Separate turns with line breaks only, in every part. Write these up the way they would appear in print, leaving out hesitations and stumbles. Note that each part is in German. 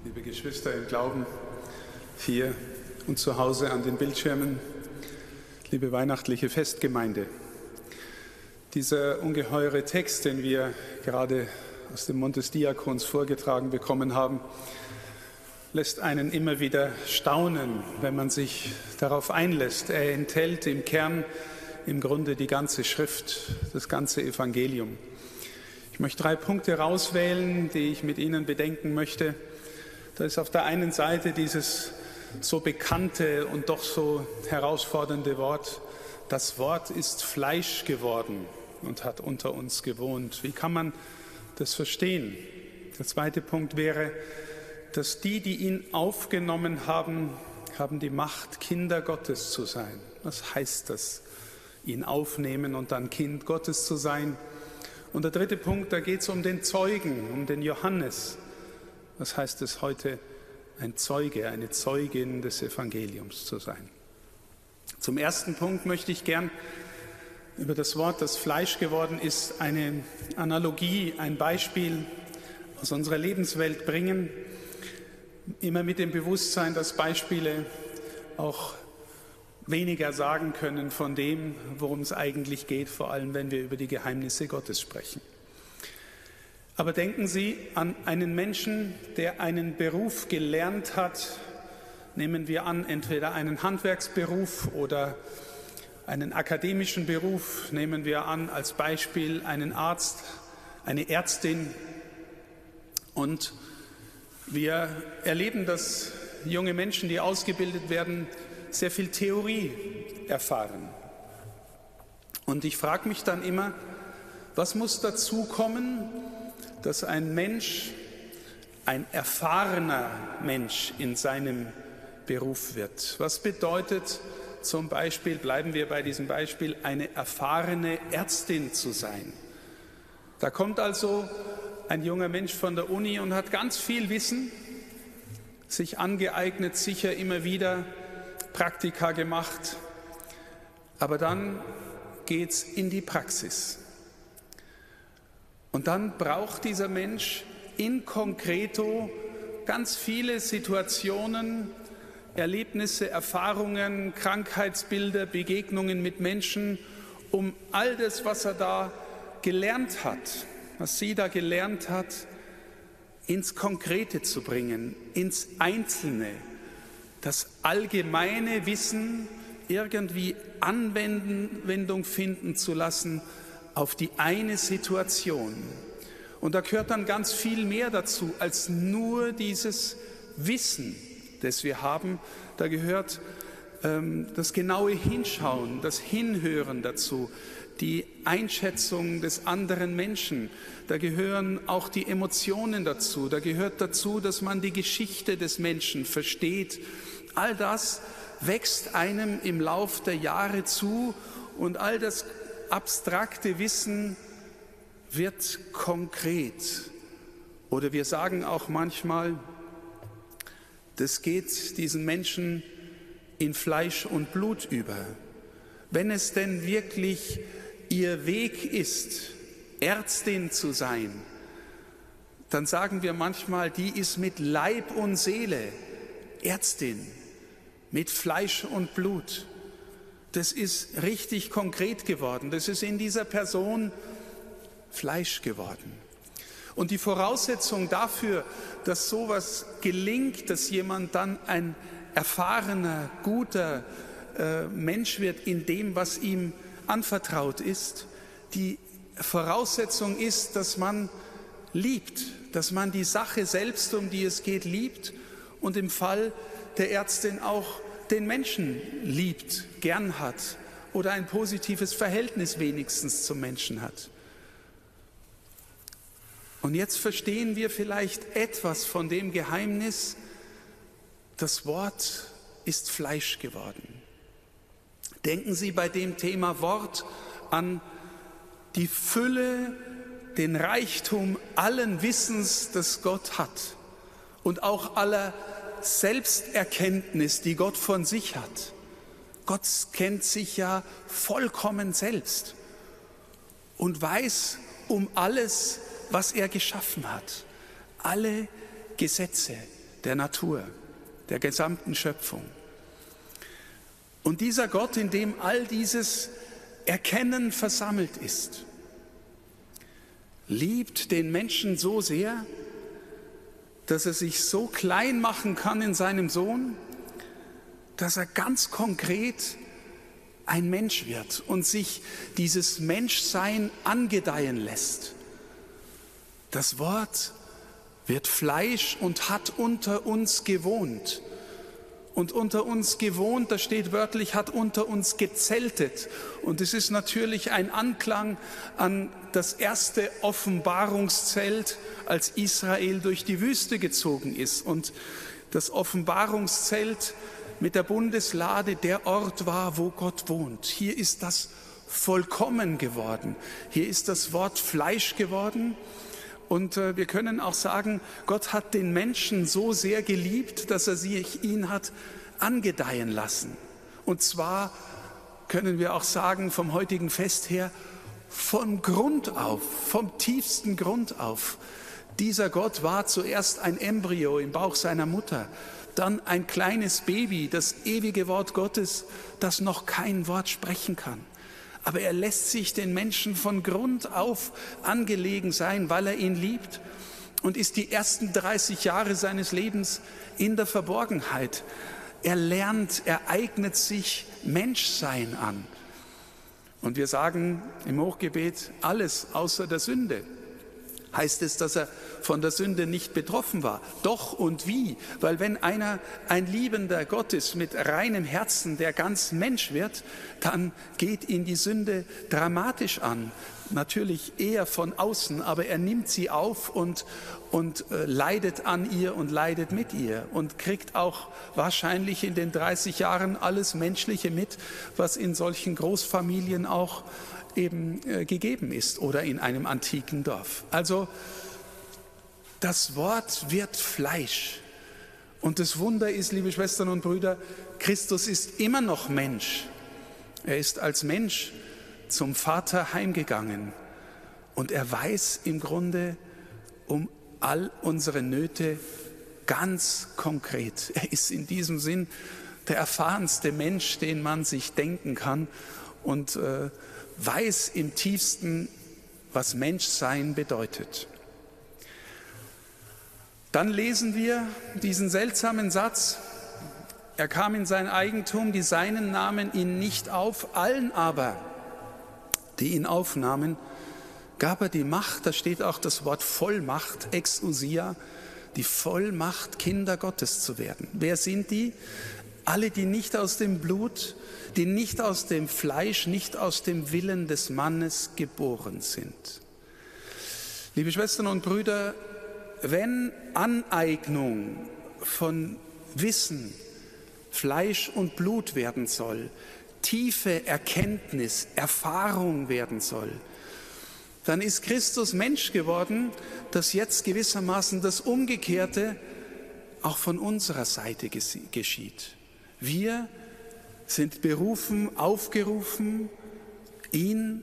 Liebe Geschwister im Glauben, hier und zu Hause an den Bildschirmen, liebe weihnachtliche Festgemeinde. Dieser ungeheure Text, den wir gerade aus dem Mund des Diakons vorgetragen bekommen haben, lässt einen immer wieder staunen, wenn man sich darauf einlässt. Er enthält im Kern im Grunde die ganze Schrift, das ganze Evangelium. Ich möchte 3 Punkte rauswählen, die ich mit Ihnen bedenken möchte. Da ist auf der einen Seite dieses so bekannte und doch so herausfordernde Wort: Das Wort ist Fleisch geworden und hat unter uns gewohnt. Wie kann man das verstehen? Der zweite Punkt wäre, dass die ihn aufgenommen haben, haben die Macht, Kinder Gottes zu sein. Was heißt das, ihn aufnehmen und dann Kind Gottes zu sein? Und der dritte Punkt, da geht es um den Zeugen, um den Johannes. Was heißt es heute, ein Zeuge, eine Zeugin des Evangeliums zu sein? Zum ersten Punkt möchte ich gern über das Wort, das Fleisch geworden ist, eine Analogie, ein Beispiel aus unserer Lebenswelt bringen. Immer mit dem Bewusstsein, dass Beispiele auch weniger sagen können von dem, worum es eigentlich geht, vor allem wenn wir über die Geheimnisse Gottes sprechen. Aber denken Sie an einen Menschen, der einen Beruf gelernt hat. Nehmen wir an, entweder einen Handwerksberuf oder einen akademischen Beruf. Nehmen wir an als Beispiel einen Arzt, eine Ärztin. Und wir erleben, dass junge Menschen, die ausgebildet werden, sehr viel Theorie erfahren. Und ich frage mich dann immer, was muss dazu kommen, dass ein Mensch, ein erfahrener Mensch in seinem Beruf wird? Was bedeutet zum Beispiel, bleiben wir bei diesem Beispiel, eine erfahrene Ärztin zu sein? Da kommt also ein junger Mensch von der Uni und hat ganz viel Wissen, sich angeeignet, sicher immer wieder Praktika gemacht, aber dann geht es in die Praxis. Und dann braucht dieser Mensch in concreto ganz viele Situationen, Erlebnisse, Erfahrungen, Krankheitsbilder, Begegnungen mit Menschen, um all das, was er da gelernt hat, was sie da gelernt hat, ins Konkrete zu bringen, ins Einzelne, das allgemeine Wissen irgendwie Anwendung finden zu lassen auf die eine Situation. Und da gehört dann ganz viel mehr dazu als nur dieses Wissen, das wir haben. Da gehört das genaue Hinschauen, das Hinhören dazu, die Einschätzung des anderen Menschen. Da gehören auch die Emotionen dazu. Da gehört dazu, dass man die Geschichte des Menschen versteht. All das wächst einem im Lauf der Jahre zu und all das abstrakte Wissen wird konkret. Oder wir sagen auch manchmal, das geht diesen Menschen in Fleisch und Blut über. Wenn es denn wirklich ihr Weg ist, Ärztin zu sein, dann sagen wir manchmal, die ist mit Leib und Seele Ärztin, mit Fleisch und Blut. Das ist richtig konkret geworden. Das ist in dieser Person Fleisch geworden. Und die Voraussetzung dafür, dass sowas gelingt, dass jemand dann ein erfahrener, guter Mensch wird in dem, was ihm anvertraut ist, die Voraussetzung ist, dass man liebt, dass man die Sache selbst, um die es geht, liebt und im Fall der Ärztin auch den Menschen liebt, gern hat oder ein positives Verhältnis wenigstens zum Menschen hat. Und jetzt verstehen wir vielleicht etwas von dem Geheimnis, das Wort ist Fleisch geworden. Denken Sie bei dem Thema Wort an die Fülle, den Reichtum allen Wissens, das Gott hat und auch aller Selbsterkenntnis, die Gott von sich hat. Gott kennt sich ja vollkommen selbst und weiß um alles, was er geschaffen hat. Alle Gesetze der Natur, der gesamten Schöpfung. Und dieser Gott, in dem all dieses Erkennen versammelt ist, liebt den Menschen so sehr, dass er sich so klein machen kann in seinem Sohn, dass er ganz konkret ein Mensch wird und sich dieses Menschsein angedeihen lässt. Das Wort wird Fleisch und hat unter uns gewohnt. Und unter uns gewohnt, da steht wörtlich, hat unter uns gezeltet. Und es ist natürlich ein Anklang an das erste Offenbarungszelt, als Israel durch die Wüste gezogen ist. Und das Offenbarungszelt mit der Bundeslade der Ort war, wo Gott wohnt. Hier ist das vollkommen geworden. Hier ist das Wort Fleisch geworden. Und wir können auch sagen, Gott hat den Menschen so sehr geliebt, dass er sich ihn hat angedeihen lassen. Und zwar können wir auch sagen, vom heutigen Fest her, von Grund auf, vom tiefsten Grund auf. Dieser Gott war zuerst ein Embryo im Bauch seiner Mutter, dann ein kleines Baby, das ewige Wort Gottes, das noch kein Wort sprechen kann. Aber er lässt sich den Menschen von Grund auf angelegen sein, weil er ihn liebt und ist die ersten 30 Jahre seines Lebens in der Verborgenheit. Er lernt, er eignet sich Menschsein an. Und wir sagen im Hochgebet, alles außer der Sünde. Heißt es, dass er von der Sünde nicht betroffen war? Doch und wie? Weil wenn einer ein liebender Gott ist mit reinem Herzen, der ganz Mensch wird, dann geht ihn die Sünde dramatisch an. Natürlich eher von außen, aber er nimmt sie auf und leidet an ihr und leidet mit ihr und kriegt auch wahrscheinlich in den 30 Jahren alles Menschliche mit, was in solchen Großfamilien auch eben gegeben ist oder in einem antiken Dorf. Also das Wort wird Fleisch. Und das Wunder ist, liebe Schwestern und Brüder, Christus ist immer noch Mensch. Er ist als Mensch zum Vater heimgegangen. Und er weiß im Grunde um all unsere Nöte ganz konkret. Er ist in diesem Sinn der erfahrenste Mensch, den man sich denken kann. Und weiß im tiefsten, was Menschsein bedeutet. Dann lesen wir diesen seltsamen Satz, er kam in sein Eigentum, die Seinen nahmen ihn nicht auf, allen aber, die ihn aufnahmen, gab er die Macht, da steht auch das Wort Vollmacht, Exousia, die Vollmacht, Kinder Gottes zu werden. Wer sind die? Alle, die nicht aus dem Blut, die nicht aus dem Fleisch, nicht aus dem Willen des Mannes geboren sind. Liebe Schwestern und Brüder, wenn Aneignung von Wissen Fleisch und Blut werden soll, tiefe Erkenntnis, Erfahrung werden soll, dann ist Christus Mensch geworden, dass jetzt gewissermaßen das Umgekehrte auch von unserer Seite geschieht. Wir sind berufen, aufgerufen, ihn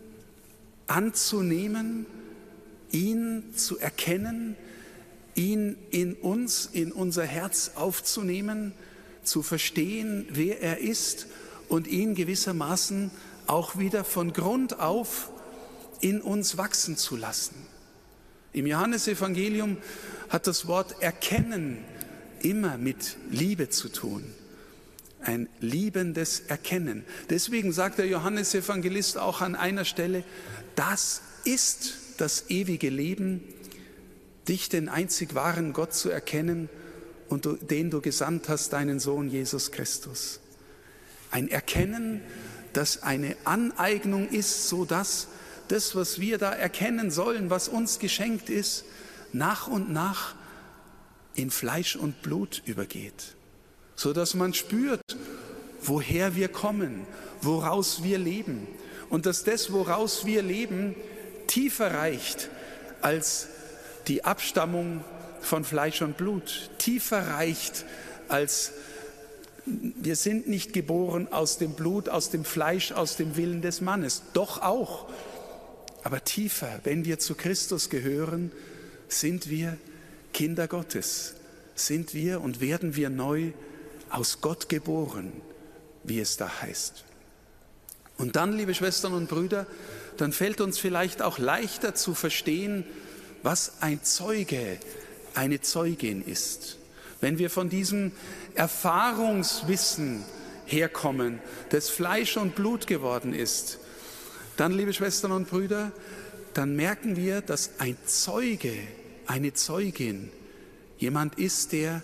anzunehmen, ihn zu erkennen, ihn in uns, in unser Herz aufzunehmen, zu verstehen, wer er ist und ihn gewissermaßen auch wieder von Grund auf in uns wachsen zu lassen. Im Johannesevangelium hat das Wort erkennen immer mit Liebe zu tun. Ein liebendes Erkennen. Deswegen sagt der Johannesevangelist auch an einer Stelle, das ist das ewige Leben, dich, den einzig wahren Gott, zu erkennen und den du gesandt hast, deinen Sohn Jesus Christus. Ein Erkennen, das eine Aneignung ist, sodass das, was wir da erkennen sollen, was uns geschenkt ist, nach und nach in Fleisch und Blut übergeht. Sodass man spürt, woher wir kommen, woraus wir leben. Und dass das, woraus wir leben, tiefer reicht als die Abstammung von Fleisch und Blut. Tiefer reicht als, wir sind nicht geboren aus dem Blut, aus dem Fleisch, aus dem Willen des Mannes. Doch auch. Aber tiefer, wenn wir zu Christus gehören, sind wir Kinder Gottes. sind wir und werden wir neu aus Gott geboren, wie es da heißt. Und dann, liebe Schwestern und Brüder, dann fällt uns vielleicht auch leichter zu verstehen, was ein Zeuge, eine Zeugin ist. Wenn wir von diesem Erfahrungswissen herkommen, das Fleisch und Blut geworden ist, dann, liebe Schwestern und Brüder, dann merken wir, dass ein Zeuge, eine Zeugin, jemand ist, der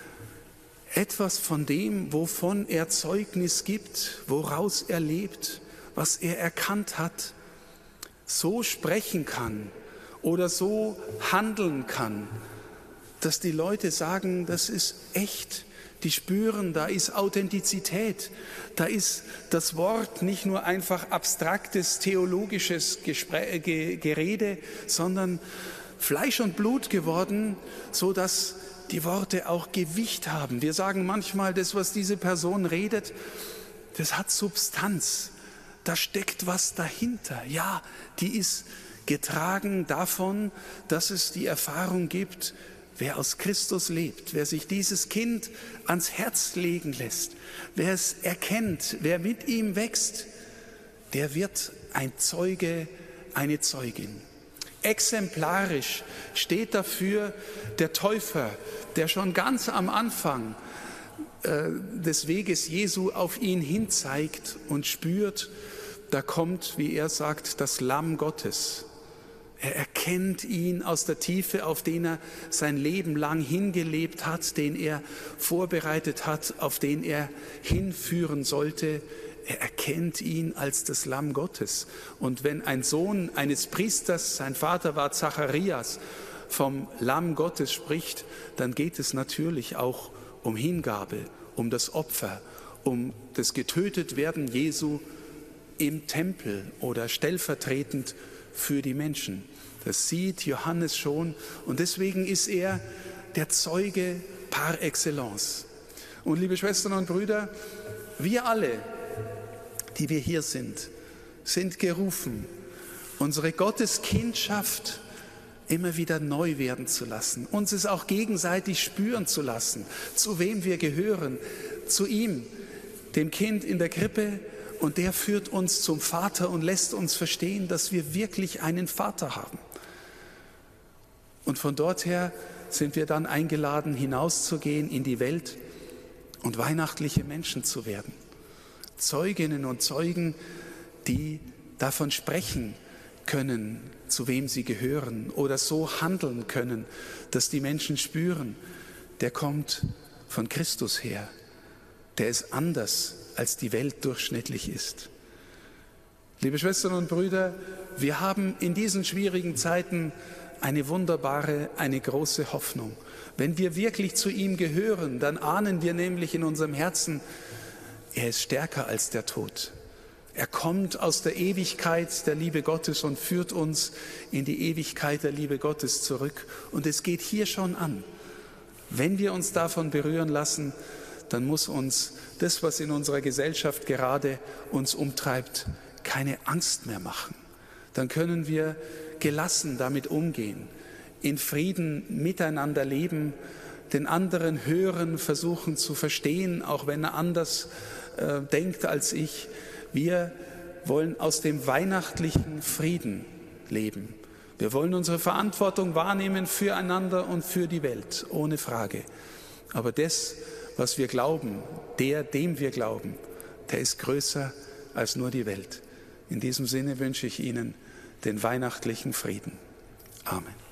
etwas von dem, wovon er Zeugnis gibt, woraus er lebt, was er erkannt hat, so sprechen kann oder so handeln kann, dass die Leute sagen, das ist echt. Die spüren, da ist Authentizität, da ist das Wort nicht nur einfach abstraktes theologisches Gerede, sondern Fleisch und Blut geworden, so dass die Worte auch Gewicht haben. Wir sagen manchmal, das, was diese Person redet, das hat Substanz, da steckt was dahinter. Ja, die ist getragen davon, dass es die Erfahrung gibt, wer aus Christus lebt, wer sich dieses Kind ans Herz legen lässt, wer es erkennt, wer mit ihm wächst, der wird ein Zeuge, eine Zeugin. Exemplarisch steht dafür der Täufer, der schon ganz am Anfang des Weges Jesu auf ihn hinzeigt und spürt, da kommt, wie er sagt, das Lamm Gottes. Er erkennt ihn aus der Tiefe, auf den er sein Leben lang hingelebt hat, den er vorbereitet hat, auf den er hinführen sollte. Er erkennt ihn als das Lamm Gottes. Und wenn ein Sohn eines Priesters, sein Vater war Zacharias, vom Lamm Gottes spricht, dann geht es natürlich auch um Hingabe, um das Opfer, um das Getötetwerden Jesu im Tempel oder stellvertretend für die Menschen. Das sieht Johannes schon und deswegen ist er der Zeuge par excellence. Und liebe Schwestern und Brüder, wir alle, die wir hier sind gerufen, unsere Gotteskindschaft immer wieder neu werden zu lassen, uns es auch gegenseitig spüren zu lassen, zu wem wir gehören, zu ihm, dem Kind in der Krippe, und der führt uns zum Vater und lässt uns verstehen, dass wir wirklich einen Vater haben. Und von dort her sind wir dann eingeladen, hinauszugehen in die Welt und weihnachtliche Menschen zu werden. Zeuginnen und Zeugen, die davon sprechen können, zu wem sie gehören oder so handeln können, dass die Menschen spüren, der kommt von Christus her, der ist anders, als die Welt durchschnittlich ist. Liebe Schwestern und Brüder, wir haben in diesen schwierigen Zeiten eine wunderbare, eine große Hoffnung. Wenn wir wirklich zu ihm gehören, dann ahnen wir nämlich in unserem Herzen, er ist stärker als der Tod. Er kommt aus der Ewigkeit der Liebe Gottes und führt uns in die Ewigkeit der Liebe Gottes zurück. Und es geht hier schon an. Wenn wir uns davon berühren lassen, dann muss uns das, was in unserer Gesellschaft gerade uns umtreibt, keine Angst mehr machen. Dann können wir gelassen damit umgehen, in Frieden miteinander leben, den anderen hören, versuchen zu verstehen, auch wenn er anders denkt als ich. Wir wollen aus dem weihnachtlichen Frieden leben. Wir wollen unsere Verantwortung wahrnehmen füreinander und für die Welt, ohne Frage. Aber das, was wir glauben, dem wir glauben, der ist größer als nur die Welt. In diesem Sinne wünsche ich Ihnen den weihnachtlichen Frieden. Amen.